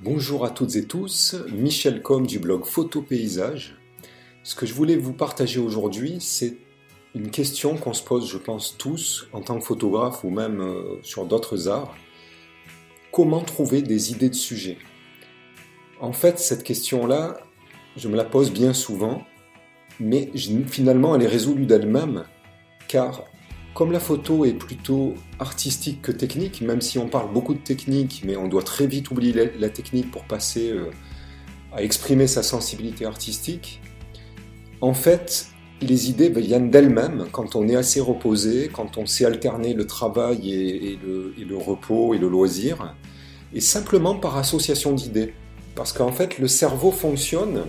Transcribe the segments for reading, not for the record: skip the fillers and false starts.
Bonjour à toutes et tous, Michel Com du blog Photo Paysage. Ce que je voulais vous partager aujourd'hui, c'est une question qu'on se pose, je pense, tous en tant que photographe ou même sur d'autres arts. Comment trouver des idées de sujets? En fait, cette question-là, je me la pose bien souvent, mais finalement, elle est résolue d'elle-même, car comme la photo est plutôt artistique que technique, même si on parle beaucoup de technique, mais on doit très vite oublier la technique pour passer à exprimer sa sensibilité artistique, en fait, les idées viennent d'elles-mêmes quand on est assez reposé, quand on sait alterner le travail et le repos et le loisir, et simplement par association d'idées. Parce qu'en fait, le cerveau fonctionne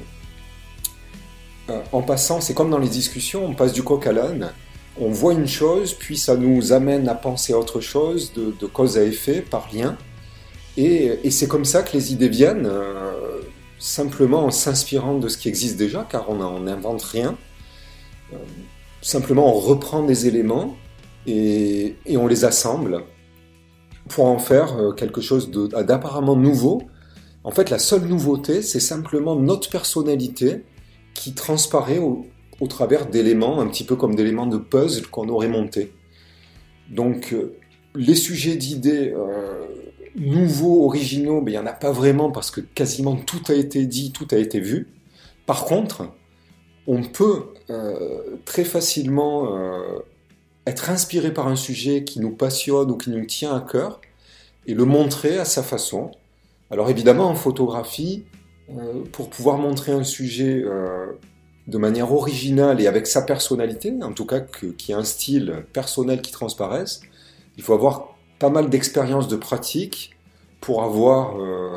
en passant, c'est comme dans les discussions, on passe du coq à l'âne. On voit une chose, puis ça nous amène à penser à autre chose, de cause à effet, par lien. Et c'est comme ça que les idées viennent, simplement en s'inspirant de ce qui existe déjà, car on n'invente rien. Simplement on reprend des éléments et on les assemble pour en faire quelque chose d'apparemment nouveau. En fait, la seule nouveauté, c'est simplement notre personnalité qui transparaît au travers d'éléments, un petit peu comme d'éléments de puzzle qu'on aurait montés. Donc, les sujets d'idées nouveaux, originaux, il n'y en a pas vraiment parce que quasiment tout a été dit, tout a été vu. Par contre, on peut très facilement être inspiré par un sujet qui nous passionne ou qui nous tient à cœur et le montrer à sa façon. Alors évidemment, en photographie, pour pouvoir montrer un sujet de manière originale et avec sa personnalité, en tout cas qui ait un style personnel qui transparaisse, il faut avoir pas mal d'expérience de pratique pour avoir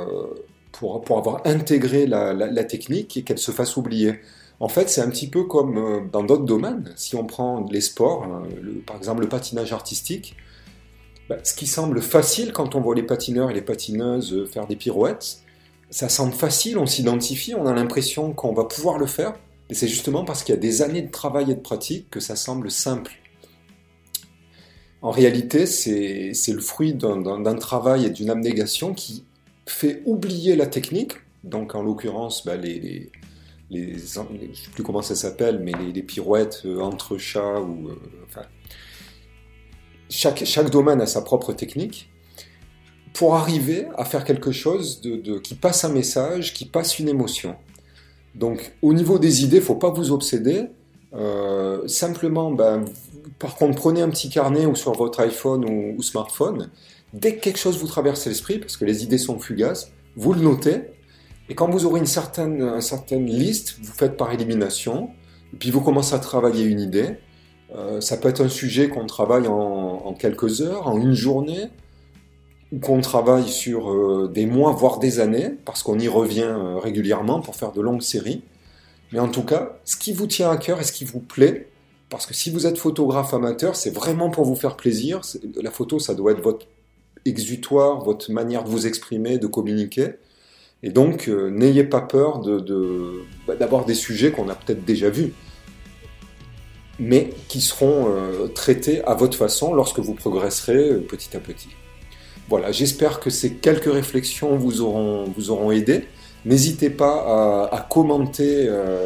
intégré la technique et qu'elle se fasse oublier. En fait, c'est un petit peu comme dans d'autres domaines. Si on prend les sports, par exemple le patinage artistique, ce qui semble facile quand on voit les patineurs et les patineuses faire des pirouettes, ça semble facile, on s'identifie, on a l'impression qu'on va pouvoir le faire. Et c'est justement parce qu'il y a des années de travail et de pratique que ça semble simple. En réalité, c'est le fruit d'un travail et d'une abnégation qui fait oublier la technique. Donc, en l'occurrence, je ne sais plus comment ça s'appelle, mais les pirouettes entre chats chaque domaine a sa propre technique pour arriver à faire quelque chose qui passe un message, qui passe une émotion. Donc, au niveau des idées, il ne faut pas vous obséder. Simplement, par contre, prenez un petit carnet ou sur votre iPhone ou smartphone. Dès que quelque chose vous traverse l'esprit, parce que les idées sont fugaces, vous le notez. Et quand vous aurez une certaine liste, vous faites par élimination. Et puis, vous commencez à travailler une idée. Ça peut être un sujet qu'on travaille en quelques heures, en une journée, ou qu'on travaille sur des mois, voire des années, parce qu'on y revient régulièrement pour faire de longues séries. Mais en tout cas, ce qui vous tient à cœur et ce qui vous plaît, parce que si vous êtes photographe amateur, c'est vraiment pour vous faire plaisir. La photo, ça doit être votre exutoire, votre manière de vous exprimer, de communiquer. Et donc, n'ayez pas peur d'avoir des sujets qu'on a peut-être déjà vus, mais qui seront traités à votre façon lorsque vous progresserez petit à petit. Voilà, j'espère que ces quelques réflexions vous auront aidé. N'hésitez pas à commenter,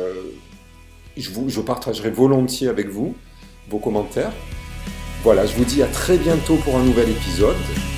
je partagerai volontiers avec vous vos commentaires. Voilà, je vous dis à très bientôt pour un nouvel épisode.